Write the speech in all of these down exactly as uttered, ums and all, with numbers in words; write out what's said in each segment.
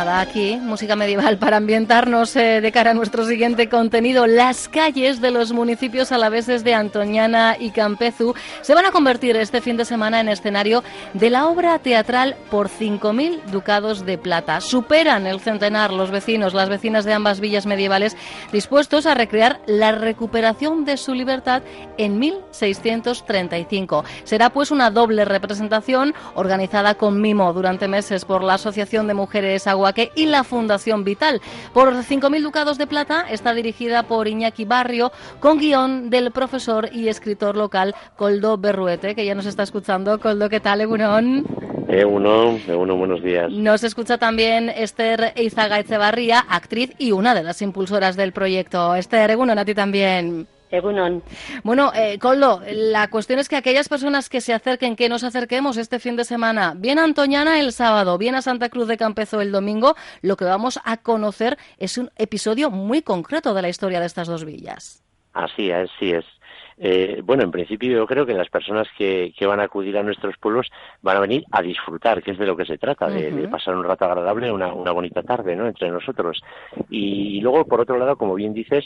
nada, aquí, música medieval para ambientarnos eh, de cara a nuestro siguiente contenido. Las calles de los municipios alaveses de Antoñana y Campezu se van a convertir este fin de semana en escenario de la obra teatral Por cinco mil ducados de plata. Superan el centenar los vecinos, las vecinas de ambas villas medievales, dispuestos a recrear la recuperación de su libertad en mil seiscientos treinta y cinco. Será pues una doble representación organizada con mimo durante meses por la Asociación de Mujeres Aguaque y la Fundación Vital. Por cinco mil ducados de plata está dirigida por Iñaki Barrio, con guión del profesor y escritor local Koldo Berruete, que ya nos está escuchando. Koldo, ¿qué tal, Egunon? Egunon, Egunon, buenos días. Nos escucha también Esther Eizaga Etxebarria, actriz y una de las impulsoras del proyecto. Esther, Egunon, a ti también. Egunon. Bueno, eh, Koldo, la cuestión es que aquellas personas que se acerquen, que nos acerquemos este fin de semana, bien a Antoñana el sábado, bien a Santa Cruz de Campezo el domingo, lo que vamos a conocer es un episodio muy concreto de la historia de estas dos villas. Así es, así es. Eh, bueno, en principio yo creo que las personas que, que van a acudir a nuestros pueblos van a venir a disfrutar, que es de lo que se trata, de, uh-huh. de pasar un rato agradable, una, una bonita tarde, ¿no?, entre nosotros. Y, y luego, por otro lado, como bien dices,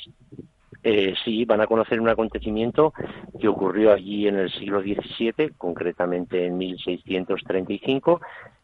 Eh, sí, van a conocer un acontecimiento que ocurrió allí en el siglo diecisiete, concretamente en mil seiscientos treinta y cinco,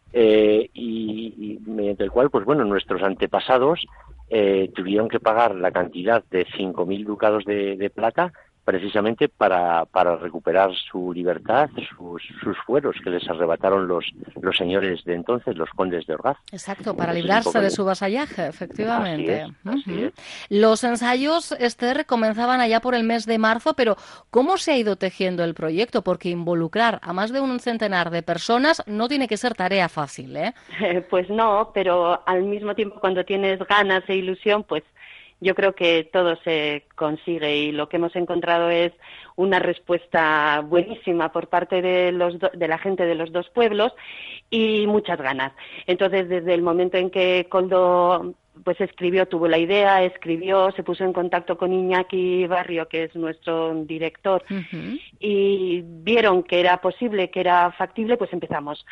eh, y, y mediante el cual, pues bueno, nuestros antepasados eh, tuvieron que pagar la cantidad de cinco mil ducados de, de plata precisamente para, para recuperar su libertad, sus, sus fueros que les arrebataron los, los señores de entonces, los condes de Orgaz. Exacto, para librarse de su vasallaje, efectivamente. Así es, así uh-huh. es. Los ensayos, Esther, comenzaban allá por el mes de marzo, pero ¿cómo se ha ido tejiendo el proyecto? Porque involucrar a más de un centenar de personas no tiene que ser tarea fácil, ¿eh? Eh, pues no, pero al mismo tiempo cuando tienes ganas e ilusión, pues yo creo que todo se consigue, y lo que hemos encontrado es una respuesta buenísima por parte de los do- de la gente de los dos pueblos y muchas ganas. Entonces, desde el momento en que Koldo pues escribió, tuvo la idea, escribió, se puso en contacto con Iñaki Barrio, que es nuestro director, uh-huh. y vieron que era posible, que era factible, pues empezamos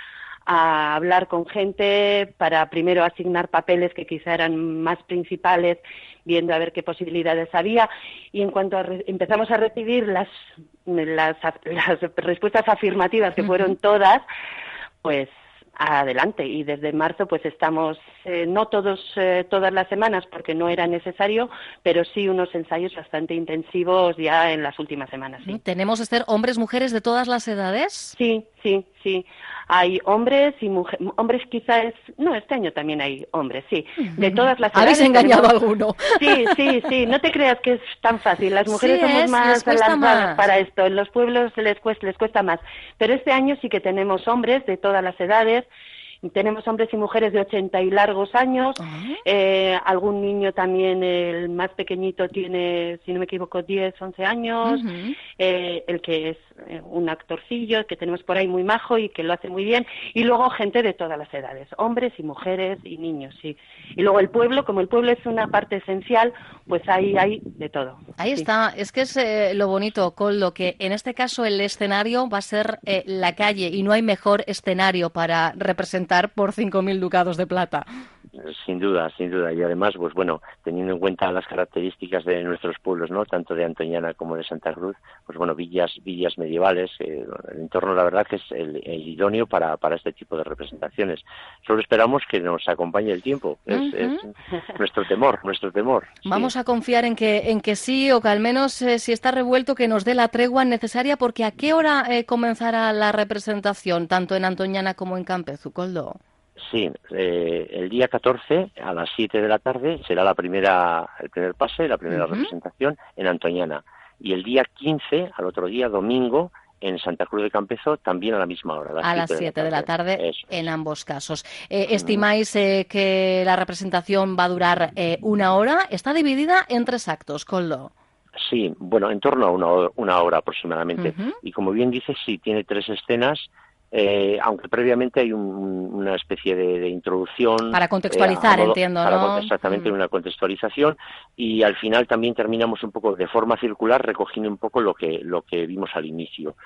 a hablar con gente para primero asignar papeles que quizá eran más principales, viendo a ver qué posibilidades había, y en cuanto a re- empezamos a recibir las, las, las respuestas afirmativas, que fueron todas, pues adelante. Y desde marzo pues estamos, eh, no todos eh, todas las semanas porque no era necesario, pero sí unos ensayos bastante intensivos ya en las últimas semanas. ¿Sí? ¿Tenemos, Esther, hombres, mujeres de todas las edades? Sí, sí, sí. Hay hombres y mujeres. Hombres quizás, no, este año también hay hombres, sí. De todas las edades. ¿Habéis engañado tenemos... a alguno? Sí, sí, sí. No te creas que es tan fácil. Las mujeres sí somos es, más lanzadas más. para esto. En los pueblos les cuesta, les cuesta más. Pero este año sí que tenemos hombres de todas las edades. Tenemos hombres y mujeres de ochenta y largos años, uh-huh. eh, algún niño también, el más pequeñito tiene, si no me equivoco, diez, once años, uh-huh. eh, el que es eh, un actorcillo que tenemos por ahí muy majo y que lo hace muy bien, y luego gente de todas las edades, hombres y mujeres y niños, sí. Y luego el pueblo, como el pueblo es una parte esencial, pues ahí hay de todo. Ahí sí. está, es que es eh, lo bonito, Koldo, que en este caso el escenario va a ser eh, la calle, y no hay mejor escenario para representar por cinco mil ducados de plata. Sin duda, sin duda. Y además, pues bueno, teniendo en cuenta las características de nuestros pueblos, ¿no?, tanto de Antoñana como de Santa Cruz, pues bueno, villas villas medievales, eh, el entorno, la verdad, que es el, el idóneo para, para este tipo de representaciones. Solo esperamos que nos acompañe el tiempo. Es, uh-huh. es nuestro temor, nuestro temor. Vamos sí. a confiar en que en que sí, o que al menos, eh, si está revuelto, que nos dé la tregua necesaria, porque ¿a qué hora eh, comenzará la representación, tanto en Antoñana como en Campezu, Koldo? Sí, eh, el día catorce a las siete de la tarde será la primera, el primer pase, la primera uh-huh. representación en Antoñana. Y el día quince, al otro día, domingo, en Santa Cruz de Campezo, también a la misma hora. A las siete de la tarde, de la tarde en ambos casos. Eh, uh-huh. ¿Estimáis eh, que la representación va a durar eh, una hora? Está dividida en tres actos, Koldo. Sí, bueno, en torno a una hora, una hora aproximadamente. Uh-huh. Y como bien dices, sí, tiene tres escenas. Eh, aunque previamente hay un, una especie de, de introducción para contextualizar, eh, modo, entiendo, para, ¿no? Exactamente, mm. una contextualización, y al final también terminamos un poco de forma circular recogiendo un poco lo que lo que vimos al inicio.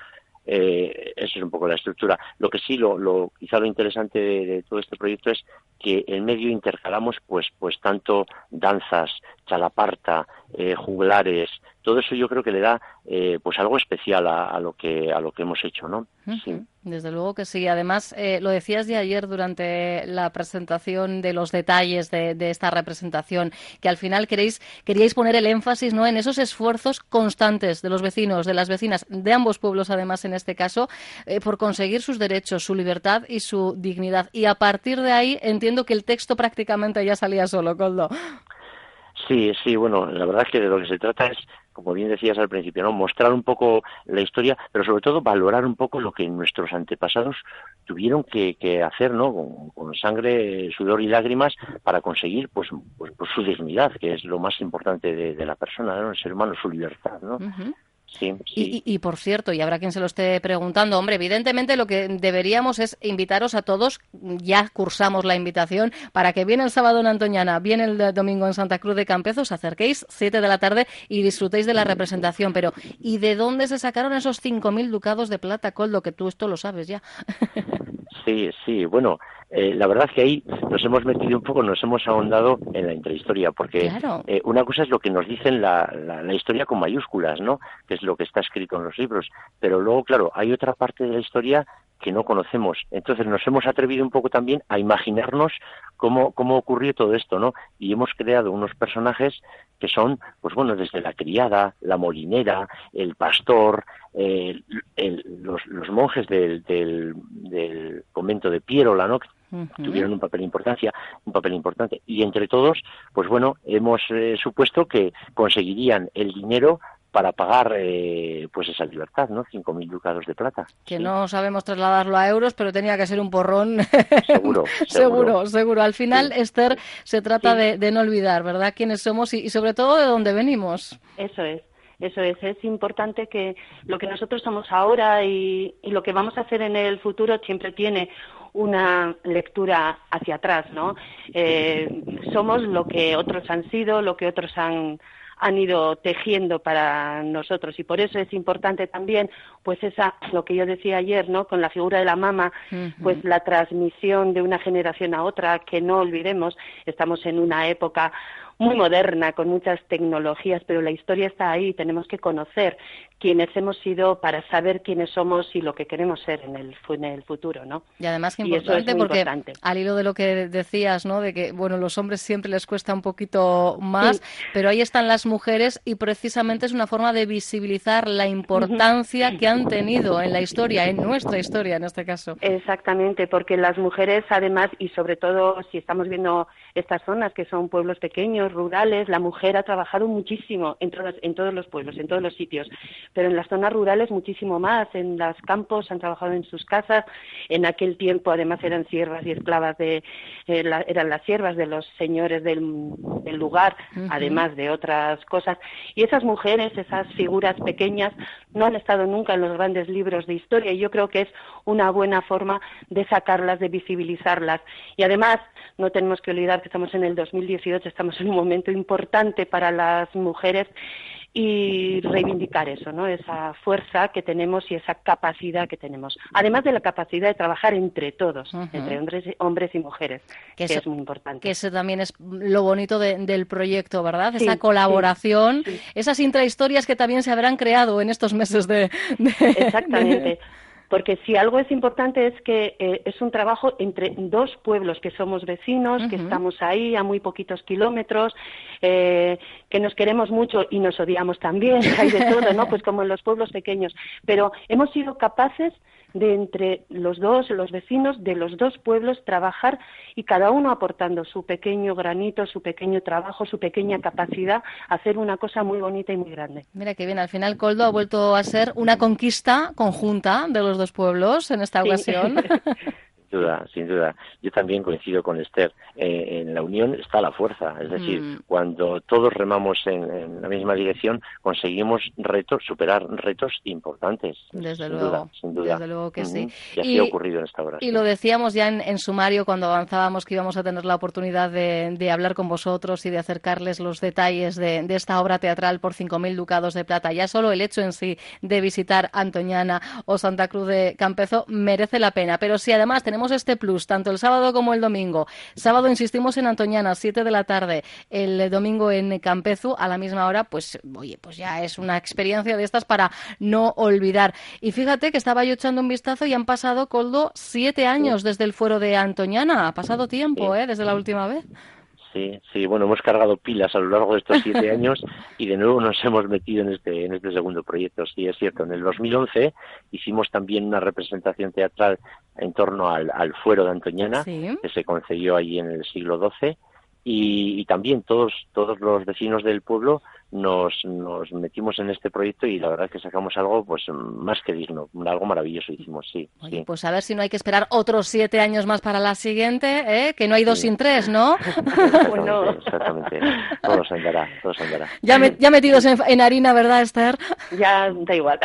eh, esa es un poco la estructura. Lo que sí, lo, lo quizá lo interesante de, de todo este proyecto es que en medio intercalamos pues pues tanto danzas, chalaparta, eh, juglares, todo eso yo creo que le da eh, pues algo especial a, a lo que a lo que hemos hecho, ¿no? Uh-huh. Sí. Desde luego que sí. Además, eh, lo decías ya ayer durante la presentación de los detalles de, de esta representación, que al final queréis queríais poner el énfasis, ¿no?, en esos esfuerzos constantes de los vecinos, de las vecinas, de ambos pueblos, además, en este caso, eh, por conseguir sus derechos, su libertad y su dignidad. Y a partir de ahí entiendo que el texto prácticamente ya salía solo, Koldo. Sí, sí, bueno, la verdad es que de lo que se trata es, como bien decías al principio, ¿no?, mostrar un poco la historia, pero sobre todo valorar un poco lo que nuestros antepasados tuvieron que, que hacer, ¿no?, con, con sangre, sudor y lágrimas para conseguir, pues, pues, pues su dignidad, que es lo más importante de, de la persona, ¿no?, el ser humano, su libertad, ¿no? Uh-huh. Sí, sí. Y, y, y por cierto, y habrá quien se lo esté preguntando, hombre, evidentemente lo que deberíamos es invitaros a todos, ya cursamos la invitación, para que viene el sábado en Antoñana, viene el domingo en Santa Cruz de Campezo, os acerquéis siete de la tarde y disfrutéis de la representación. Pero, ¿y de dónde se sacaron esos cinco mil ducados de plata, Koldo? Que tú esto lo sabes ya. Sí, sí, bueno, eh, la verdad es que ahí nos hemos metido un poco, nos hemos ahondado en la intrahistoria, porque claro. eh, una cosa es lo que nos dicen la, la, la historia con mayúsculas, ¿no?, que es lo que está escrito en los libros, pero luego, claro, hay otra parte de la historia que no conocemos. Entonces nos hemos atrevido un poco también a imaginarnos cómo, cómo ocurrió todo esto, ¿no? Y hemos creado unos personajes que son, pues bueno, desde la criada, la molinera, el pastor, eh, el, los, los monjes del, del, del convento de Piérola, ¿no?, que uh-huh. tuvieron un papel importancia, un papel importante. Y entre todos, pues bueno, hemos eh, supuesto que conseguirían el dinero para pagar eh, pues esa libertad, ¿no? Cinco mil ducados de plata. Que sí. No sabemos trasladarlo a euros, pero tenía que ser un porrón. Seguro, seguro. seguro, seguro. Al final, sí. Esther, se trata sí. de, de no olvidar, ¿verdad?, quiénes somos y, y sobre todo de dónde venimos. Eso es. Eso es, es importante que lo que nosotros somos ahora y, y lo que vamos a hacer en el futuro siempre tiene una lectura hacia atrás, ¿no? Eh, somos lo que otros han sido, lo que otros han han ido tejiendo para nosotros, y por eso es importante también, pues esa, lo que yo decía ayer, ¿no?, con la figura de la mama, uh-huh. pues la transmisión de una generación a otra, que no olvidemos, estamos en una época muy moderna, con muchas tecnologías, pero la historia está ahí, tenemos que conocer quiénes hemos sido para saber quiénes somos y lo que queremos ser en el, en el futuro, ¿no? Y además que importante, es porque importante. Al hilo de lo que decías, ¿no?, de que, bueno, los hombres siempre les cuesta un poquito más, sí. pero ahí están las mujeres y precisamente es una forma de visibilizar la importancia uh-huh. que han tenido en la historia, en nuestra historia en este caso. Exactamente, porque las mujeres además, y sobre todo si estamos viendo estas zonas que son pueblos pequeños, rurales, la mujer ha trabajado muchísimo en todos, en todos los pueblos, en todos los sitios, pero en las zonas rurales muchísimo más, en los campos han trabajado en sus casas, en aquel tiempo además eran siervas y esclavas de, eh, la, eran las siervas de los señores del, del lugar, uh-huh. además de otras cosas, y esas mujeres, esas figuras pequeñas, no han estado nunca en los grandes libros de historia, y yo creo que es una buena forma de sacarlas, de visibilizarlas, y además no tenemos que olvidar que estamos en el dos mil dieciocho, estamos en un momento importante para las mujeres y reivindicar eso, ¿no?, esa fuerza que tenemos y esa capacidad que tenemos, además de la capacidad de trabajar entre todos, uh-huh. entre hombres, hombres y mujeres, que, que eso, es muy importante. Que eso también es lo bonito de, del proyecto, ¿verdad? Sí, esa colaboración, sí, sí. esas intrahistorias que también se habrán creado en estos meses de... de Exactamente. De... Porque si algo es importante es que eh, es un trabajo entre dos pueblos que somos vecinos, uh-huh. que estamos ahí a muy poquitos kilómetros, eh, que nos queremos mucho y nos odiamos también, hay de todo, ¿no? Pues como en los pueblos pequeños. Pero hemos sido capaces de entre los dos, los vecinos de los dos pueblos, trabajar y cada uno aportando su pequeño granito, su pequeño trabajo, su pequeña capacidad, a hacer una cosa muy bonita y muy grande. Mira qué bien, al final Koldo ha vuelto a ser una conquista conjunta de los dos pueblos en esta sí. ocasión. duda, sin duda. Yo también coincido con Esther. Eh, en la unión está la fuerza. Es decir, mm. cuando todos remamos en, en la misma dirección, conseguimos retos, superar retos importantes. Desde sin luego, duda, sin duda. Desde luego que uh-huh. sí. Y así y, ha ocurrido en esta obra. Y sí. lo decíamos ya en, en sumario cuando avanzábamos que íbamos a tener la oportunidad de, de hablar con vosotros y de acercarles los detalles de, de esta obra teatral por cinco mil ducados de plata. Ya solo el hecho en sí de visitar Antoñana o Santa Cruz de Campezo merece la pena. Pero si además tenemos este plus, tanto el sábado como el domingo. Sábado insistimos en Antoñana, siete de la tarde. El domingo en Campezu, a la misma hora, pues oye, pues ya es una experiencia de estas para no olvidar. Y fíjate que estaba yo echando un vistazo y han pasado, Koldo, siete años desde el fuero de Antoñana. Ha pasado tiempo, ¿eh? Desde la última vez. Sí, sí, bueno, hemos cargado pilas a lo largo de estos siete años y de nuevo nos hemos metido en este en este segundo proyecto. Sí, es cierto. En el dos mil once hicimos también una representación teatral en torno al, al fuero de Antoñana, sí. que se concedió allí en el siglo doce, y, y también todos todos los vecinos del pueblo nos nos metimos en este proyecto y la verdad es que sacamos algo pues más que digno, algo maravilloso hicimos, sí. Oye, sí. Pues a ver si no hay que esperar otros siete años más para la siguiente, ¿eh? Que no hay dos sí. sin tres, ¿no? Exactamente, bueno. exactamente. Todo se andará, todo se andará. Ya, me, ya metidos en, en harina, ¿verdad, Esther? Ya, da igual.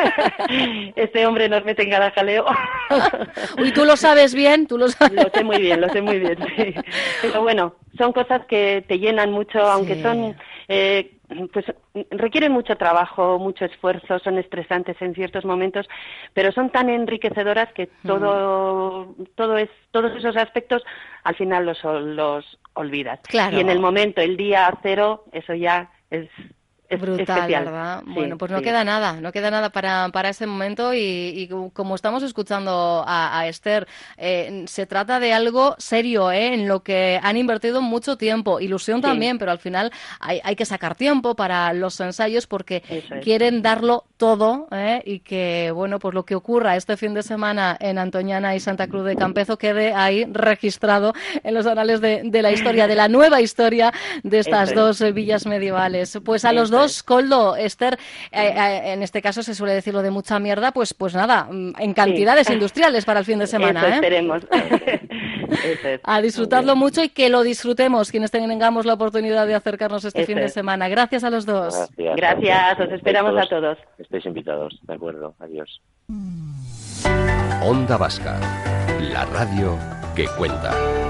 Este hombre nos mete en cada jaleo. Uy, ¿tú lo sabes bien? ¿Tú lo sabes? Lo sé muy bien, lo sé muy bien, sí. Pero bueno, son cosas que te llenan mucho, aunque sí. son... Eh, pues requieren mucho trabajo, mucho esfuerzo, son estresantes en ciertos momentos, pero son tan enriquecedoras que todo, mm. todo es, todos esos aspectos al final los, los olvidas. Claro. Y en el momento, el día cero, eso ya es... Es brutal, especial. ¿verdad? Sí, bueno, pues no sí. queda nada, no queda nada para, para ese momento y, y como estamos escuchando a, a Esther, eh, se trata de algo serio, ¿eh? En lo que han invertido mucho tiempo, ilusión sí. también, pero al final hay, hay que sacar tiempo para los ensayos porque es. quieren darlo todo, ¿eh? Y que, bueno, pues lo que ocurra este fin de semana en Antoñana y Santa Cruz de Campezo quede ahí registrado en los anales de, de la historia, de la nueva historia de estas Eso dos es. villas medievales. Pues a los dos Dos, Koldo, Esther, eh, eh, en este caso se suele decir lo de mucha mierda, pues pues nada, en cantidades sí. industriales para el fin de semana. Eso ¿eh? esperemos. Eso es. A disfrutarlo mucho y que lo disfrutemos quienes tengamos la oportunidad de acercarnos este Eso fin de semana. Gracias a los dos. Gracias, Gracias os esperamos todos, a todos. Estáis invitados, de acuerdo, adiós. Onda Vasca, la radio que cuenta.